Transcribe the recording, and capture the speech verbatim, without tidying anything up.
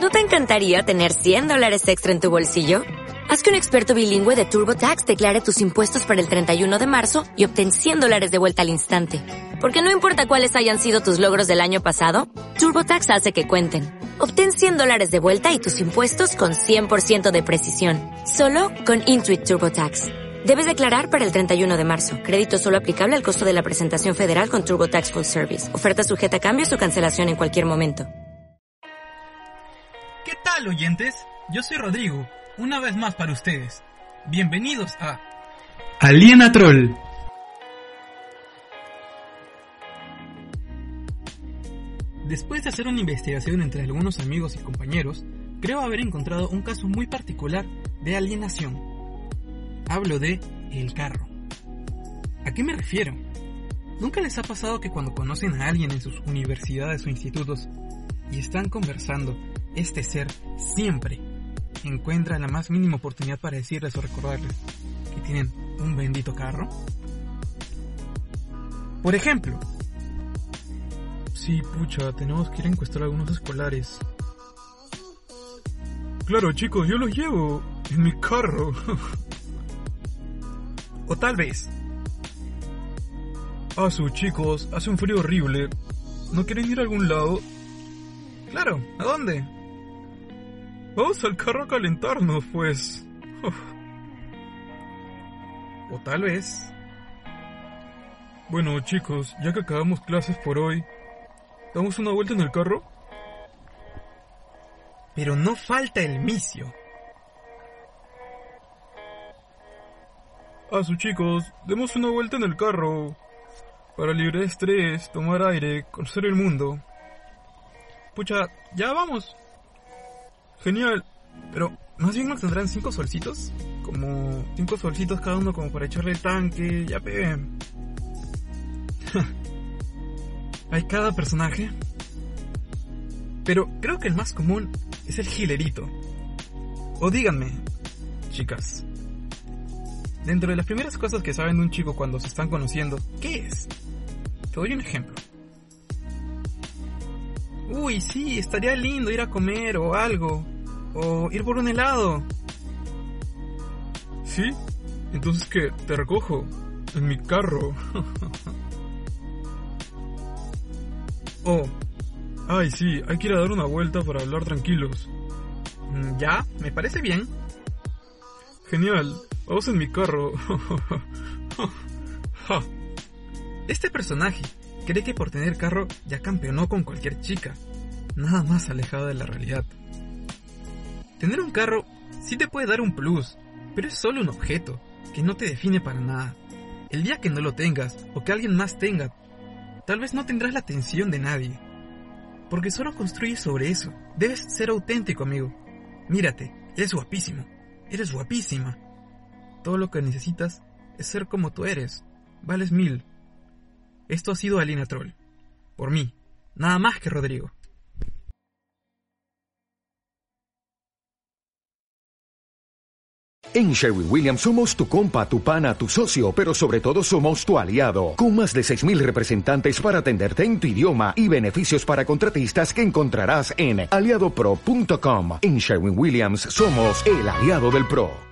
¿No te encantaría tener cien dólares extra en tu bolsillo? Haz que un experto bilingüe de TurboTax declare tus impuestos para el treinta y uno de marzo y obtén cien dólares de vuelta al instante. Porque no importa cuáles hayan sido tus logros del año pasado, TurboTax hace que cuenten. Obtén cien dólares de vuelta y tus impuestos con cien por ciento de precisión. Solo con Intuit TurboTax. Debes declarar para el treinta y uno de marzo. Crédito solo aplicable al costo de la presentación federal con TurboTax Full Service. Oferta sujeta a cambios o cancelación en cualquier momento. ¿Qué tal, oyentes? Yo soy Rodrigo, una vez más para ustedes. Bienvenidos a Aliena Troll. Después de hacer una investigación entre algunos amigos y compañeros, creo haber encontrado un caso muy particular de alienación. Hablo de el carro. ¿A qué me refiero? ¿Nunca les ha pasado que cuando conocen a alguien en sus universidades o institutos y están conversando, este ser siempre encuentra la más mínima oportunidad para decirles o recordarles que tienen un bendito carro? Por ejemplo, sí, pucha, tenemos que ir a encuestar a algunos escolares. Claro, chicos, yo los llevo en mi carro. O tal vez, ah, sus chicos, hace un frío horrible. ¿No quieren ir a algún lado? Claro, ¿a dónde? Vamos al carro a calentarnos, pues. Uf. O tal vez, bueno, chicos, ya que acabamos clases por hoy, ¿damos una vuelta en el carro? Pero no falta el misio. Ah, sus chicos, demos una vuelta en el carro para liberar estrés, tomar aire, conocer el mundo. Pucha, ya vamos. Genial, pero más bien nos tendrán cinco solcitos, como cinco solcitos cada uno como para echarle el tanque, ya pe. Hay cada personaje, pero creo que el más común es el gilerito. O díganme, chicas, dentro de las primeras cosas que saben de un chico cuando se están conociendo, ¿qué es? Te doy un ejemplo. Uy, sí, estaría lindo ir a comer o algo. O ir por un helado. ¿Sí? Entonces, ¿qué? Te recojo en mi carro. Oh, ay, sí, hay que ir a dar una vuelta para hablar tranquilos. Ya, me parece bien. Genial, vamos en mi carro. Este personaje cree que por tener carro ya campeonó con cualquier chica. Nada más alejado de la realidad. Tener un carro sí te puede dar un plus, pero es solo un objeto que no te define para nada. El día que no lo tengas o que alguien más tenga, tal vez no tendrás la atención de nadie. Porque solo construyes sobre eso. Debes ser auténtico, amigo. Mírate, eres guapísimo. Eres guapísima. Todo lo que necesitas es ser como tú eres. Vales mil. Esto ha sido Aliena Troll. Por mí, nada más que Rodrigo. En Sherwin-Williams somos tu compa, tu pana, tu socio, pero sobre todo somos tu aliado. Con más de seis mil representantes para atenderte en tu idioma y beneficios para contratistas que encontrarás en aliado pro punto com. En Sherwin-Williams somos el aliado del pro.